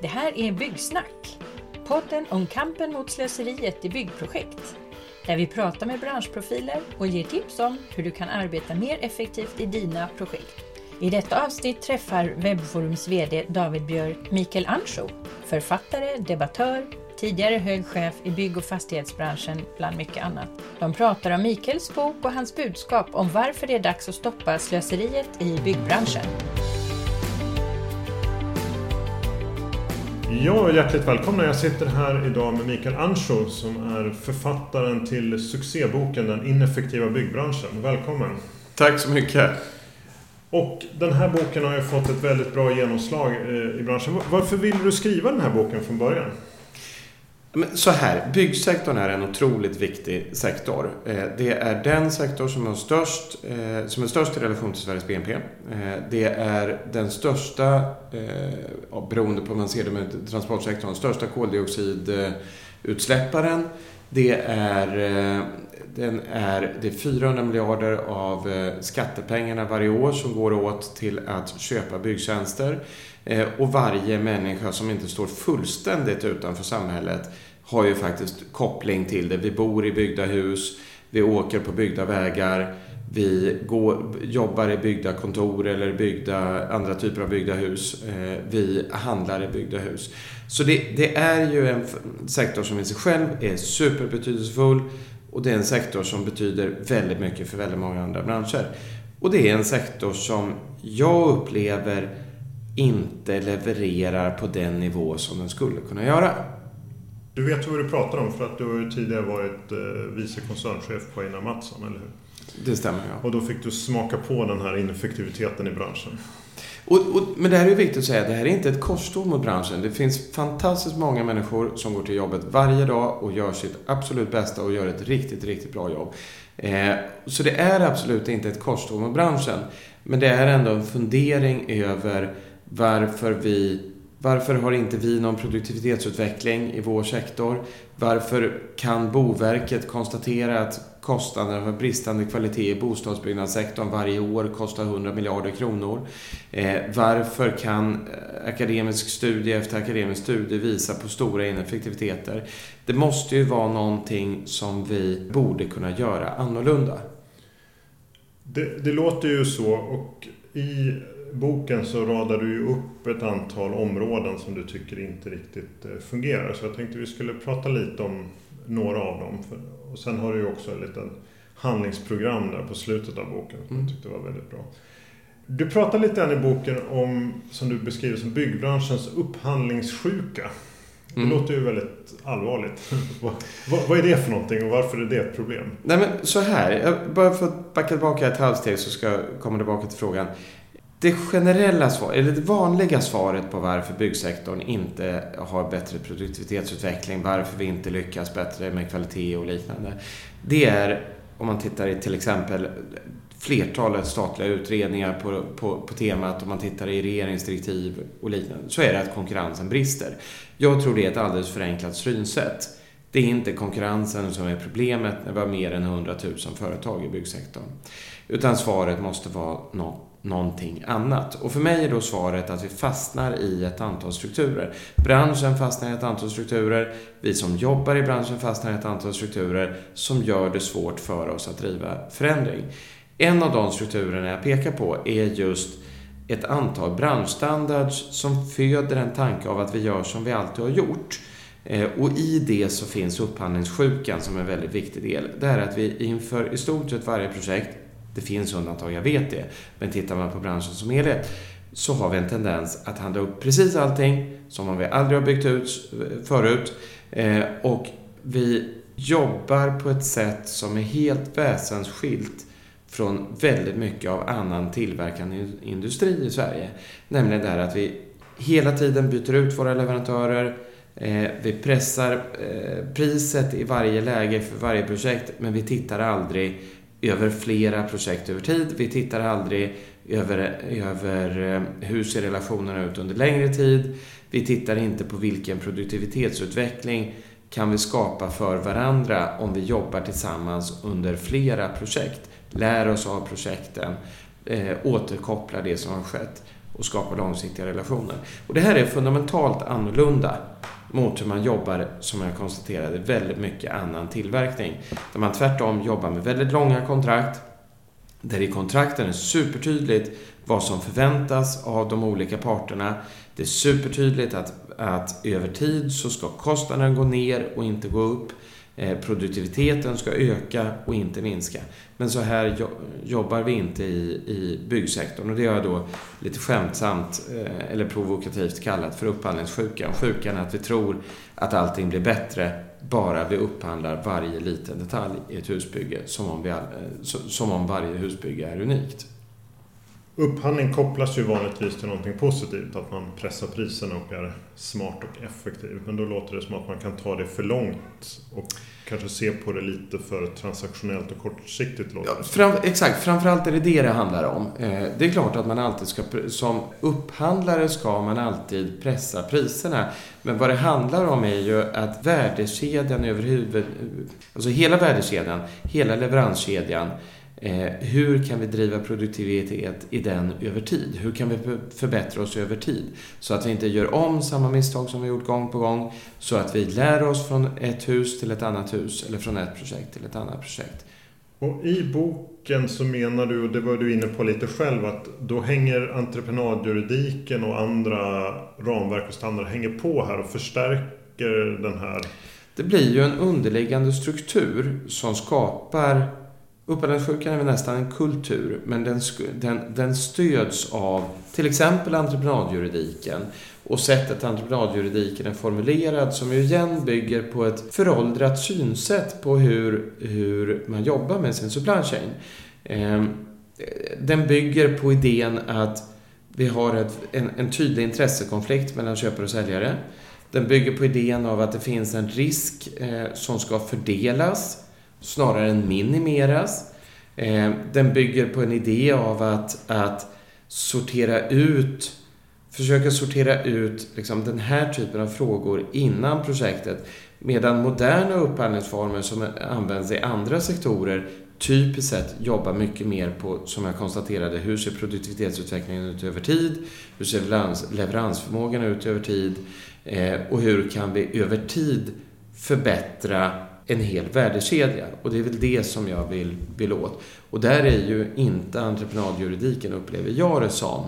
Det här är Byggsnack, podden om kampen mot slöseriet i byggprojekt. Där vi pratar med branschprofiler och ger tips om hur du kan arbeta mer effektivt i dina projekt. I detta avsnitt träffar Webbforums vd David Björk Mikael Anscho, författare, debattör, tidigare hög chef i bygg- och fastighetsbranschen bland mycket annat. De pratar om Mikaels bok och hans budskap om varför det är dags att stoppa slöseriet i byggbranschen. Ja, hjärtligt välkomna. Jag sitter här idag med Mikael Anscho som är författaren till succéboken Den ineffektiva byggbranschen. Välkommen. Tack så mycket. Och den här boken har ju fått ett väldigt bra genomslag i branschen. Varför vill du skriva den här boken från början? Men så här, byggsektorn är en otroligt viktig sektor. Det är den sektor som är störst i relation till Sveriges BNP. Det är den största, beroende på hur man ser det med transportsektorn, största koldioxidutsläpparen. Det är 400 miljarder av skattepengarna varje år som går åt till att köpa byggtjänster. Och varje människa som inte står fullständigt utanför samhället har ju faktiskt koppling till det. Vi bor i byggda hus, vi åker på byggda vägar, vi jobbar i byggda kontor eller andra typer av byggda hus. Vi handlar i byggda hus. Så det är ju en sektor som i sig själv är superbetydelsefull. Och det är en sektor som betyder väldigt mycket för väldigt många andra branscher. Och det är en sektor som jag upplever inte levererar på den nivå som den skulle kunna göra. Du vet vad du pratar om för att du har ju tidigare varit vice koncernchef på Einar Mattsson, eller hur? Det stämmer, ja. Och då fick du smaka på den här ineffektiviteten i branschen. Men det här är viktigt att säga, det här är inte ett korståg mot branschen. Det finns fantastiskt många människor som går till jobbet varje dag och gör sitt absolut bästa och gör ett riktigt, riktigt bra jobb. Så det är absolut inte ett korståg mot branschen. Men det är ändå en fundering över varför har inte vi någon produktivitetsutveckling i vår sektor? Varför kan Boverket konstatera att kostnaderna för bristande kvalitet i bostadsbyggnadssektorn varje år kostar 100 miljarder kronor? Varför kan akademisk studie efter akademisk studie visa på stora ineffektiviteter? Det måste ju vara någonting som vi borde kunna göra annorlunda. Det låter ju så, och i boken så radar du ju upp ett antal områden som du tycker inte riktigt fungerar. Så jag tänkte vi skulle prata lite om några av dem. Och sen har du ju också ett litet handlingsprogram där på slutet av boken som jag tyckte var väldigt bra. Du pratar lite grann i boken om, som du beskriver som byggbranschens upphandlingssjuka. Det låter ju väldigt allvarligt. Vad är det för någonting och varför är det ett problem? Nej, men så här, jag bara får backa tillbaka ett halvsteg så ska jag komma tillbaka till frågan. Det generella svaret, eller det vanliga svaret på varför byggsektorn inte har bättre produktivitetsutveckling, varför vi inte lyckas bättre med kvalitet och liknande, det är, om man tittar i till exempel flertalet statliga utredningar på temat, om man tittar i regeringsdirektiv och liknande, så är det att konkurrensen brister. Jag tror det är ett alldeles förenklat synsätt. Det är inte konkurrensen som är problemet när vi har mer än 100 000 företag i byggsektorn. Utan svaret måste vara någonting annat. Och för mig är då svaret att vi fastnar i ett antal strukturer. Branschen fastnar i ett antal strukturer. Vi som jobbar i branschen fastnar i ett antal strukturer som gör det svårt för oss att driva förändring. En av de strukturerna jag pekar på är just ett antal branschstandards som föder en tanke av att vi gör som vi alltid har gjort. Och i det så finns upphandlingssjukan som en väldigt viktig del. Det är att vi inför i stort sett varje projekt, det finns undantag, jag vet det, men tittar man på branschen som helhet så har vi en tendens att handla upp precis allting som om vi aldrig har byggt ut förut. Och vi jobbar på ett sätt som är helt väsensskilt från väldigt mycket av annan tillverkande industri i Sverige. Nämligen det här att vi hela tiden byter ut våra leverantörer. Vi pressar priset i varje läge för varje projekt, men vi tittar aldrig över flera projekt över tid. Vi tittar aldrig över hur ser relationerna ut under längre tid. Vi tittar inte på vilken produktivitetsutveckling kan vi skapa för varandra om vi jobbar tillsammans under flera projekt. Lär oss av projekten, återkoppla det som har skett. och skapa långsiktiga relationer. Och det här är fundamentalt annorlunda mot hur man jobbar, som jag konstaterade, väldigt mycket annan tillverkning. Där man tvärtom jobbar med väldigt långa kontrakt, där i kontrakten är supertydligt vad som förväntas av de olika parterna. Det är supertydligt att över tid så ska kostnaden gå ner och inte gå upp. Produktiviteten ska öka och inte minska. Men så här jobbar vi inte i byggsektorn. Och det har jag då lite skämtsamt eller provokativt kallat för upphandlingssjukan. Sjukan att vi tror att allting blir bättre bara vi upphandlar varje liten detalj i ett husbygge som om varje husbygge är unikt. Upphandling kopplas ju vanligtvis till någonting positivt, att man pressar priserna och är smart och effektiv. Men då låter det som att man kan ta det för långt och kanske se på det lite för transaktionellt och kortsiktigt. Exakt, framförallt är det handlar om. Det är klart att man alltid som upphandlare ska man alltid pressa priserna. Men vad det handlar om är ju att värdekedjan alltså hela värdekedjan, hela leveranskedjan, hur kan vi driva produktivitet i den över tid? Hur kan vi förbättra oss över tid? Så att vi inte gör om samma misstag som vi gjort gång på gång. Så att vi lär oss från ett hus till ett annat hus eller från ett projekt till ett annat projekt. Och i boken så menar du, och det var du inne på lite själv, att då hänger entreprenadjuridiken och andra ramverk och standard hänger på här och förstärker den här. Det blir ju en underliggande struktur som skapar. Upphandlingssjukan är väl nästan en kultur, men den stöds av till exempel entreprenadjuridiken och sättet entreprenadjuridiken är formulerad, som ju igen bygger på ett föråldrat synsätt på hur man jobbar med sin supply chain. Den bygger på idén att vi har en tydlig intressekonflikt mellan köpare och säljare. Den bygger på idén av att det finns en risk som ska fördelas snarare än minimeras. Den bygger på en idé av att försöka sortera ut liksom den här typen av frågor innan projektet, medan moderna upphandlingsformer som används i andra sektorer typiskt sett jobbar mycket mer på, som jag konstaterade, hur ser produktivitetsutvecklingen ut över tid, hur ser leveransförmågan ut över tid och hur kan vi över tid förbättra en hel värdekedja. Och det är väl det som jag vill åt. Och där är ju inte entreprenadjuridiken, upplever jag det som.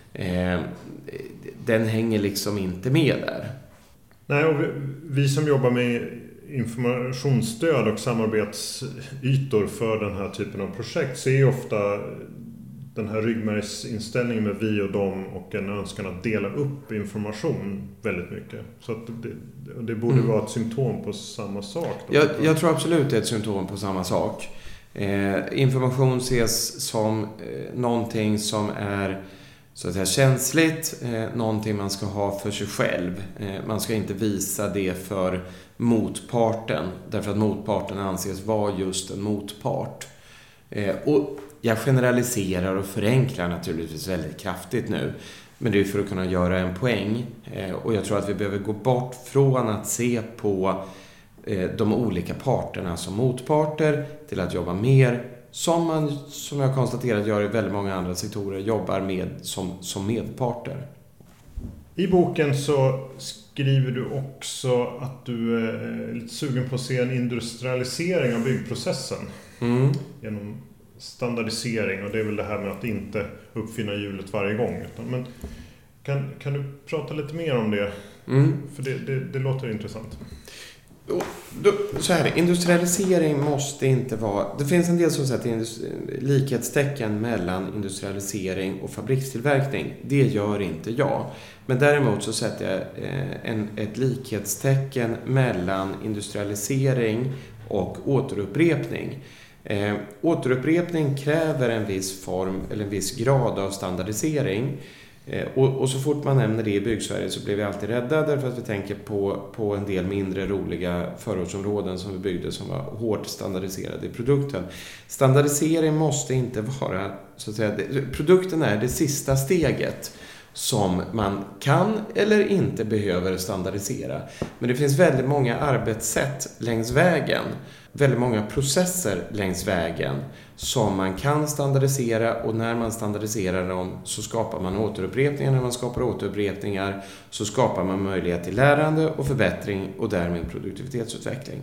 Den hänger liksom inte med där. Nej, och vi som jobbar med informationsstöd och samarbetsytor för den här typen av projekt ser ju ofta den här ryggmärgsinställningen med vi och dem och en önskan att dela upp information väldigt mycket. Så att det borde vara ett symptom på samma sak. Jag tror absolut det är ett symptom på samma sak. Information ses som någonting som är så att säga känsligt, någonting man ska ha för sig själv. Man ska inte visa det för motparten, därför att motparten anses vara just en motpart. Och jag generaliserar och förenklar naturligtvis väldigt kraftigt nu. Men det är för att kunna göra en poäng. Och jag tror att vi behöver gå bort från att se på de olika parterna som motparter till att jobba mer som man, som jag konstaterat, gör i väldigt många andra sektorer, jobbar med som medparter. I boken så skriver du också att du är lite sugen på att se en industrialisering av byggprocessen genom standardisering, och det är väl det här med att inte uppfinna hjulet varje gång. Men kan du prata lite mer om det? För det låter intressant. Så här, industrialisering måste inte vara. Det finns en del som sätter likhetstecken mellan industrialisering och fabrikstillverkning. Det gör inte jag. Men däremot så sätter jag ett likhetstecken mellan industrialisering och återupprepning. Återupprepning kräver en viss form eller en viss grad av standardisering. Och så fort man nämner det i Byggsverige så blir vi alltid rädda, därför att vi tänker på en del mindre roliga förortsområden som vi byggde som var hårt standardiserade i produkten. Standardisering måste inte vara, så att säga, produkten är det sista steget. som man kan eller inte behöver standardisera. Men det finns väldigt många arbetssätt längs vägen, väldigt många processer längs vägen som man kan standardisera, och när man standardiserar dem så skapar man återupprepningar. När man skapar återupprepningar så skapar man möjlighet till lärande och förbättring och därmed produktivitetsutveckling.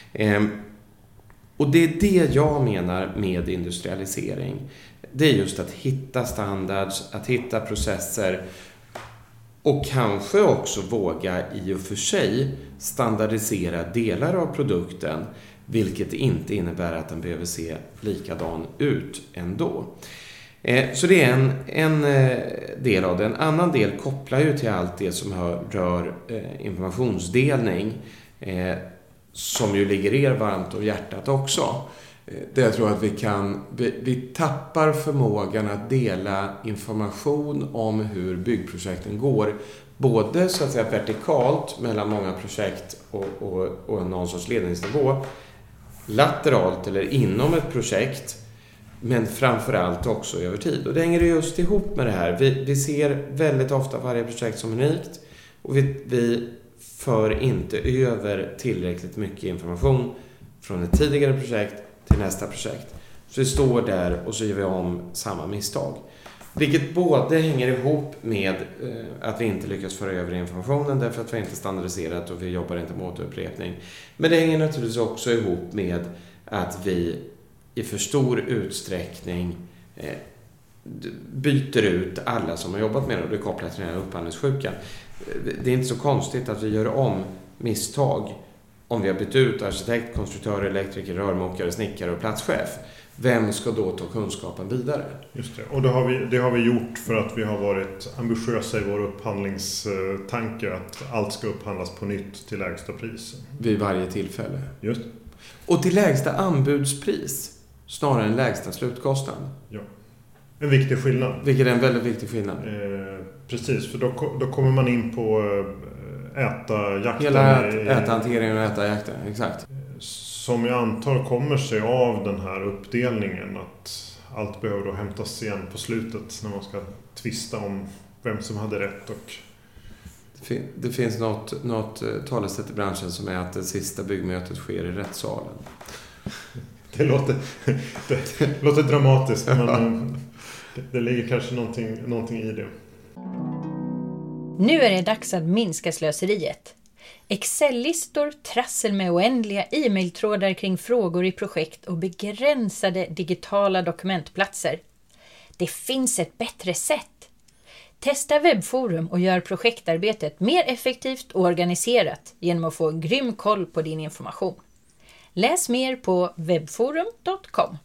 Och det är det jag menar med industrialisering. Det är just att hitta standards, att hitta processer och kanske också våga i och för sig standardisera delar av produkten, vilket inte innebär att den behöver se likadan ut ändå. Så det är en del av det. En annan del kopplar ju till allt det som rör informationsdelning, som ju ligger er varmt om hjärtat också. Det jag tror att vi tappar förmågan att dela information om hur byggprojekten går. Både så att säga vertikalt mellan många projekt och någon sorts ledningsnivå. Lateralt eller inom ett projekt. Men framförallt också över tid. Och det hänger just ihop med det här. Vi ser väldigt ofta varje projekt som unikt. Och vi för inte över tillräckligt mycket information från ett tidigare projekt till nästa projekt. Så vi står där och så gör vi om samma misstag. Vilket både hänger ihop med att vi inte lyckas föra över informationen därför att vi inte standardiserat och vi jobbar inte med återupprepning. Men det hänger naturligtvis också ihop med att vi i för stor utsträckning byter ut alla som har jobbat med det, och det kopplat till den här upphandlingssjukan. Det är inte så konstigt att vi gör om misstag om vi har bytt ut arkitekt, konstruktör, elektriker, rörmokare, snickare och platschef. Vem ska då ta kunskapen vidare? Just det. Och det har vi gjort för att vi har varit ambitiösa i vår upphandlingstanke att allt ska upphandlas på nytt till lägsta pris. Vid varje tillfälle. Just. Och till lägsta anbudspris snarare än lägsta slutkostnad. Ja. En viktig skillnad. Vilket är en väldigt viktig skillnad. Precis, för då kommer man in på äta-jakten. Hela äta-hanteringen och äta-jakten, exakt. Som jag antar kommer sig av den här uppdelningen, att allt behöver då hämtas igen på slutet när man ska tvista om vem som hade rätt. Och det finns något talesätt i branschen som är att det sista byggmötet sker i rättssalen. Det låter dramatiskt, men det ligger kanske någonting i det. Nu är det dags att minska slöseriet. Excel-listor, trassel med oändliga e-mailtrådar kring frågor i projekt och begränsade digitala dokumentplatser. Det finns ett bättre sätt. Testa webbforum och gör projektarbetet mer effektivt och organiserat genom att få grym koll på din information. Läs mer på webbforum.com.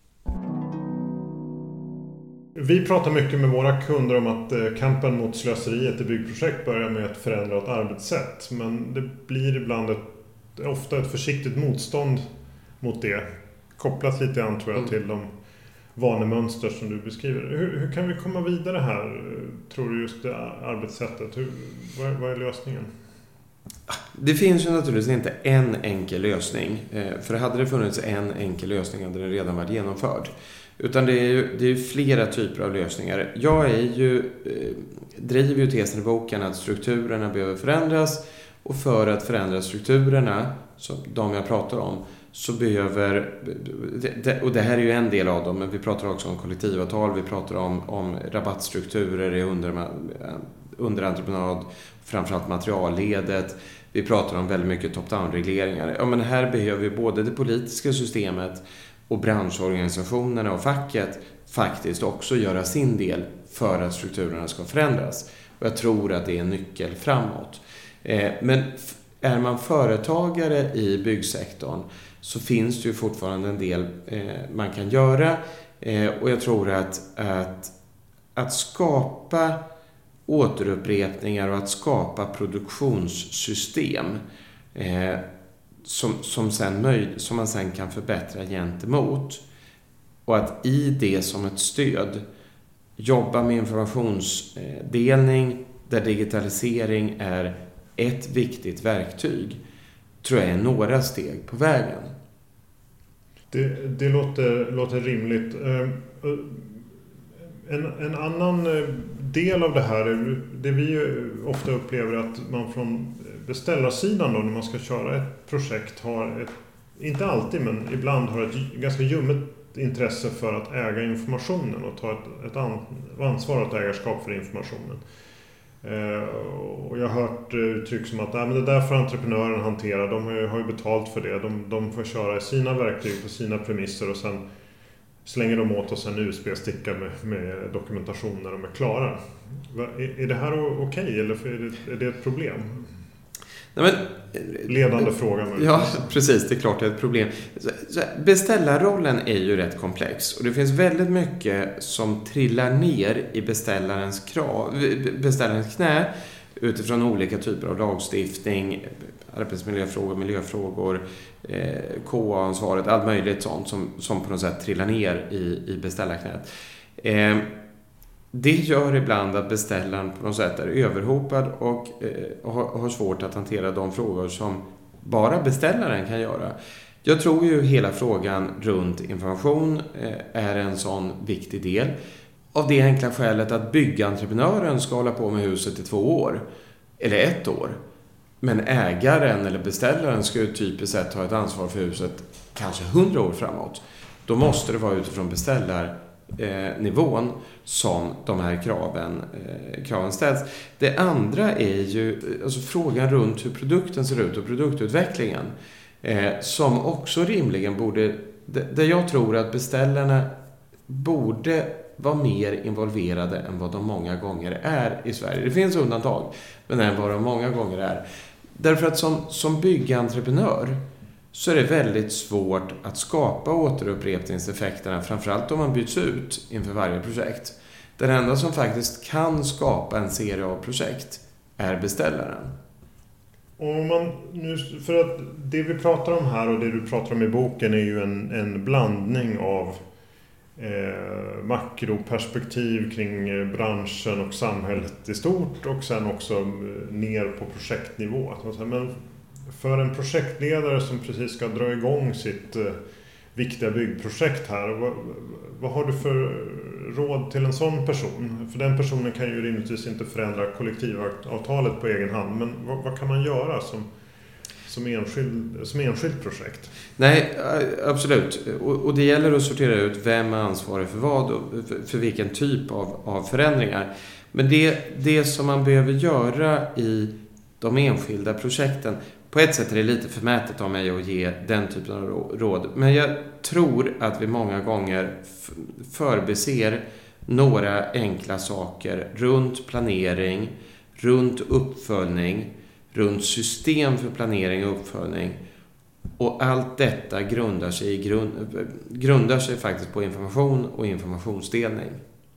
Vi pratar mycket med våra kunder om att kampen mot slöseriet i byggprojekt börjar med ett förändrat arbetssätt. Men det blir ibland ofta ett försiktigt motstånd mot det. Kopplat lite grann tror jag till de vanemönster som du beskriver. Hur kan vi komma vidare här, tror du, just det arbetssättet? Vad är lösningen? Det finns ju naturligtvis inte en enkel lösning. För hade det funnits en enkel lösning hade den redan varit genomförd. Utan det är ju flera typer av lösningar. Jag driver ju tesen i boken att strukturerna behöver förändras. Och för att förändra strukturerna, de jag pratar om, så behöver, och det här är ju en del av dem, men vi pratar också om kollektivavtal, vi pratar om rabattstrukturer i underentreprenad, framförallt materialledet. Vi pratar om väldigt mycket top-down-regleringar. Ja, men här behöver vi både det politiska systemet och branschorganisationerna och facket faktiskt också göra sin del för att strukturerna ska förändras. Och jag tror att det är en nyckel framåt. Men är man företagare i byggsektorn så finns det ju fortfarande en del man kan göra. Och jag tror att skapa återupprepningar och att skapa produktionssystem som man sen kan förbättra gentemot, och att i det som ett stöd jobba med informationsdelning där digitalisering är ett viktigt verktyg, tror jag är några steg på vägen. Det låter rimligt. En annan del av det här, det vi ju ofta upplever att man från beställarsidan då, när man ska köra ett projekt har inte alltid men ibland har ett ganska ljummet intresse för att äga informationen och ta ett ansvar och ett ägarskap för informationen. Och jag har hört uttryck som att men det där får entreprenören hantera, de har ju betalt för det, de får köra i sina verktyg på sina premisser och sen slänger de åt oss en USB-sticka med dokumentation när de är klara. Är det här okej eller är det ett problem? Nej, ledande fråga. Ja, precis. Det är klart det är ett problem. Beställarrollen är ju rätt komplex. Och det finns väldigt mycket som trillar ner i beställarens knä utifrån olika typer av lagstiftning, arbetsmiljöfrågor, miljöfrågor, KA-ansvaret, allt möjligt sånt som på något sätt trillar ner i beställarknät. Det gör ibland att beställaren på något sätt är överhopad och har svårt att hantera de frågor som bara beställaren kan göra. Jag tror ju hela frågan runt information är en sån viktig del. Av det enkla skälet att byggentreprenören ska hålla på med huset i 2 år. Eller 1 år. Men ägaren eller beställaren ska ju typiskt sett ha ett ansvar för huset kanske 100 år framåt. Då måste det vara utifrån beställarnivån som de här kraven ställs. Det andra är ju alltså frågan runt hur produkten ser ut och produktutvecklingen. Som också rimligen borde, där jag tror att beställarna borde vara mer involverade än vad de många gånger är i Sverige. Det finns undantag, men än vad de många gånger är. Därför att som byggentreprenör så är det väldigt svårt att skapa återupprepningseffekterna, framförallt om man byts ut inför varje projekt. Den enda som faktiskt kan skapa en serie av projekt är beställaren. För att det vi pratar om här och det du pratar om i boken är ju en blandning av makroperspektiv kring branschen och samhället i stort och sen också ner på projektnivå. Men för en projektledare som precis ska dra igång sitt viktiga byggprojekt här, vad har du för råd till en sån person? För den personen kan ju rimligtvis inte förändra kollektivavtalet på egen hand, men vad kan man göra som enskilt projekt? Nej, absolut. Och det gäller att sortera ut vem är ansvarig för vad och för vilken typ av förändringar. Men det som man behöver göra i de enskilda projekten, på ett sätt är det lite förmätet av mig att ge den typen av råd. Men jag tror att vi många gånger förbiser några enkla saker runt planering, runt uppföljning, runt system för planering och uppföljning. Och allt detta grundar sig faktiskt på information och informationsdelning.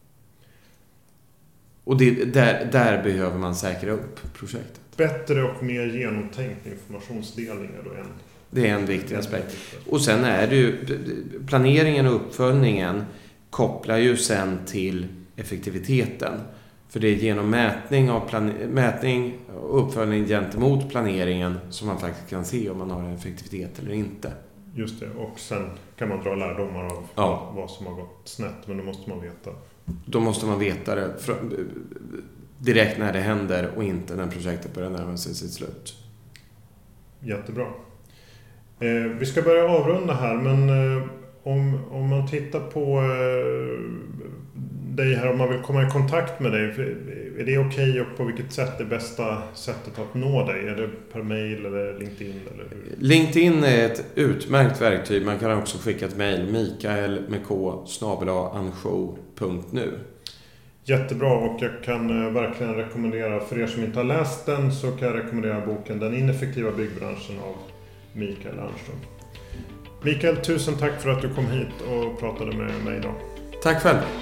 Och där behöver man säkra upp projektet. Bättre och mer genomtänkt informationsdelning är då det är en viktig aspekt. Och sen är det ju planeringen och uppföljningen kopplar ju sen till effektiviteten. För det är genom mätning och uppföljning gentemot planeringen som man faktiskt kan se om man har en effektivitet eller inte. Just det, och sen kan man dra lärdomar av vad som har gått snett, men då måste man veta. Då måste man veta det direkt när det händer och inte när projektet börjar närma sig sitt slut. Jättebra. Vi ska börja avrunda här, men om man tittar på dig här, om man vill komma i kontakt med dig, är det okej och på vilket sätt är bästa sättet att nå dig? Är det per mail eller LinkedIn? Eller hur? LinkedIn är ett utmärkt verktyg. Man kan också skicka ett mail, mikael@anshow.nu. Jättebra, och jag kan verkligen rekommendera, för er som inte har läst den så kan jag rekommendera boken Den ineffektiva byggbranschen av Mikael Arnström. Mikael, tusen tack för att du kom hit och pratade med mig idag. Tack själv.